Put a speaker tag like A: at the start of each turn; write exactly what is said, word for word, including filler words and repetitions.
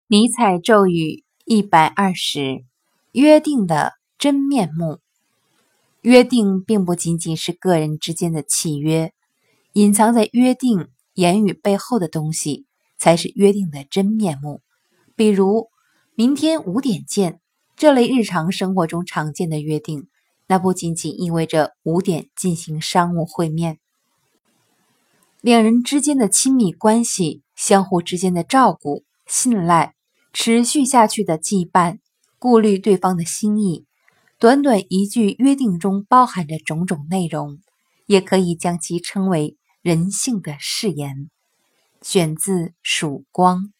A: 尼采咒语一百二十：约定的真面目。约定并不仅仅是个人之间的契约，隐藏在约定言语背后的东西才是约定的真面目。比如明天五点见这类日常生活中常见的约定，那不仅仅意味着五点进行商务会面。两人之间的亲密关系，相互之间的照顾、信赖，持续下去的羁绊，顾虑对方的心意，短短一句约定中包含着种种内容，也可以将其称为人性的誓言。选自曙光。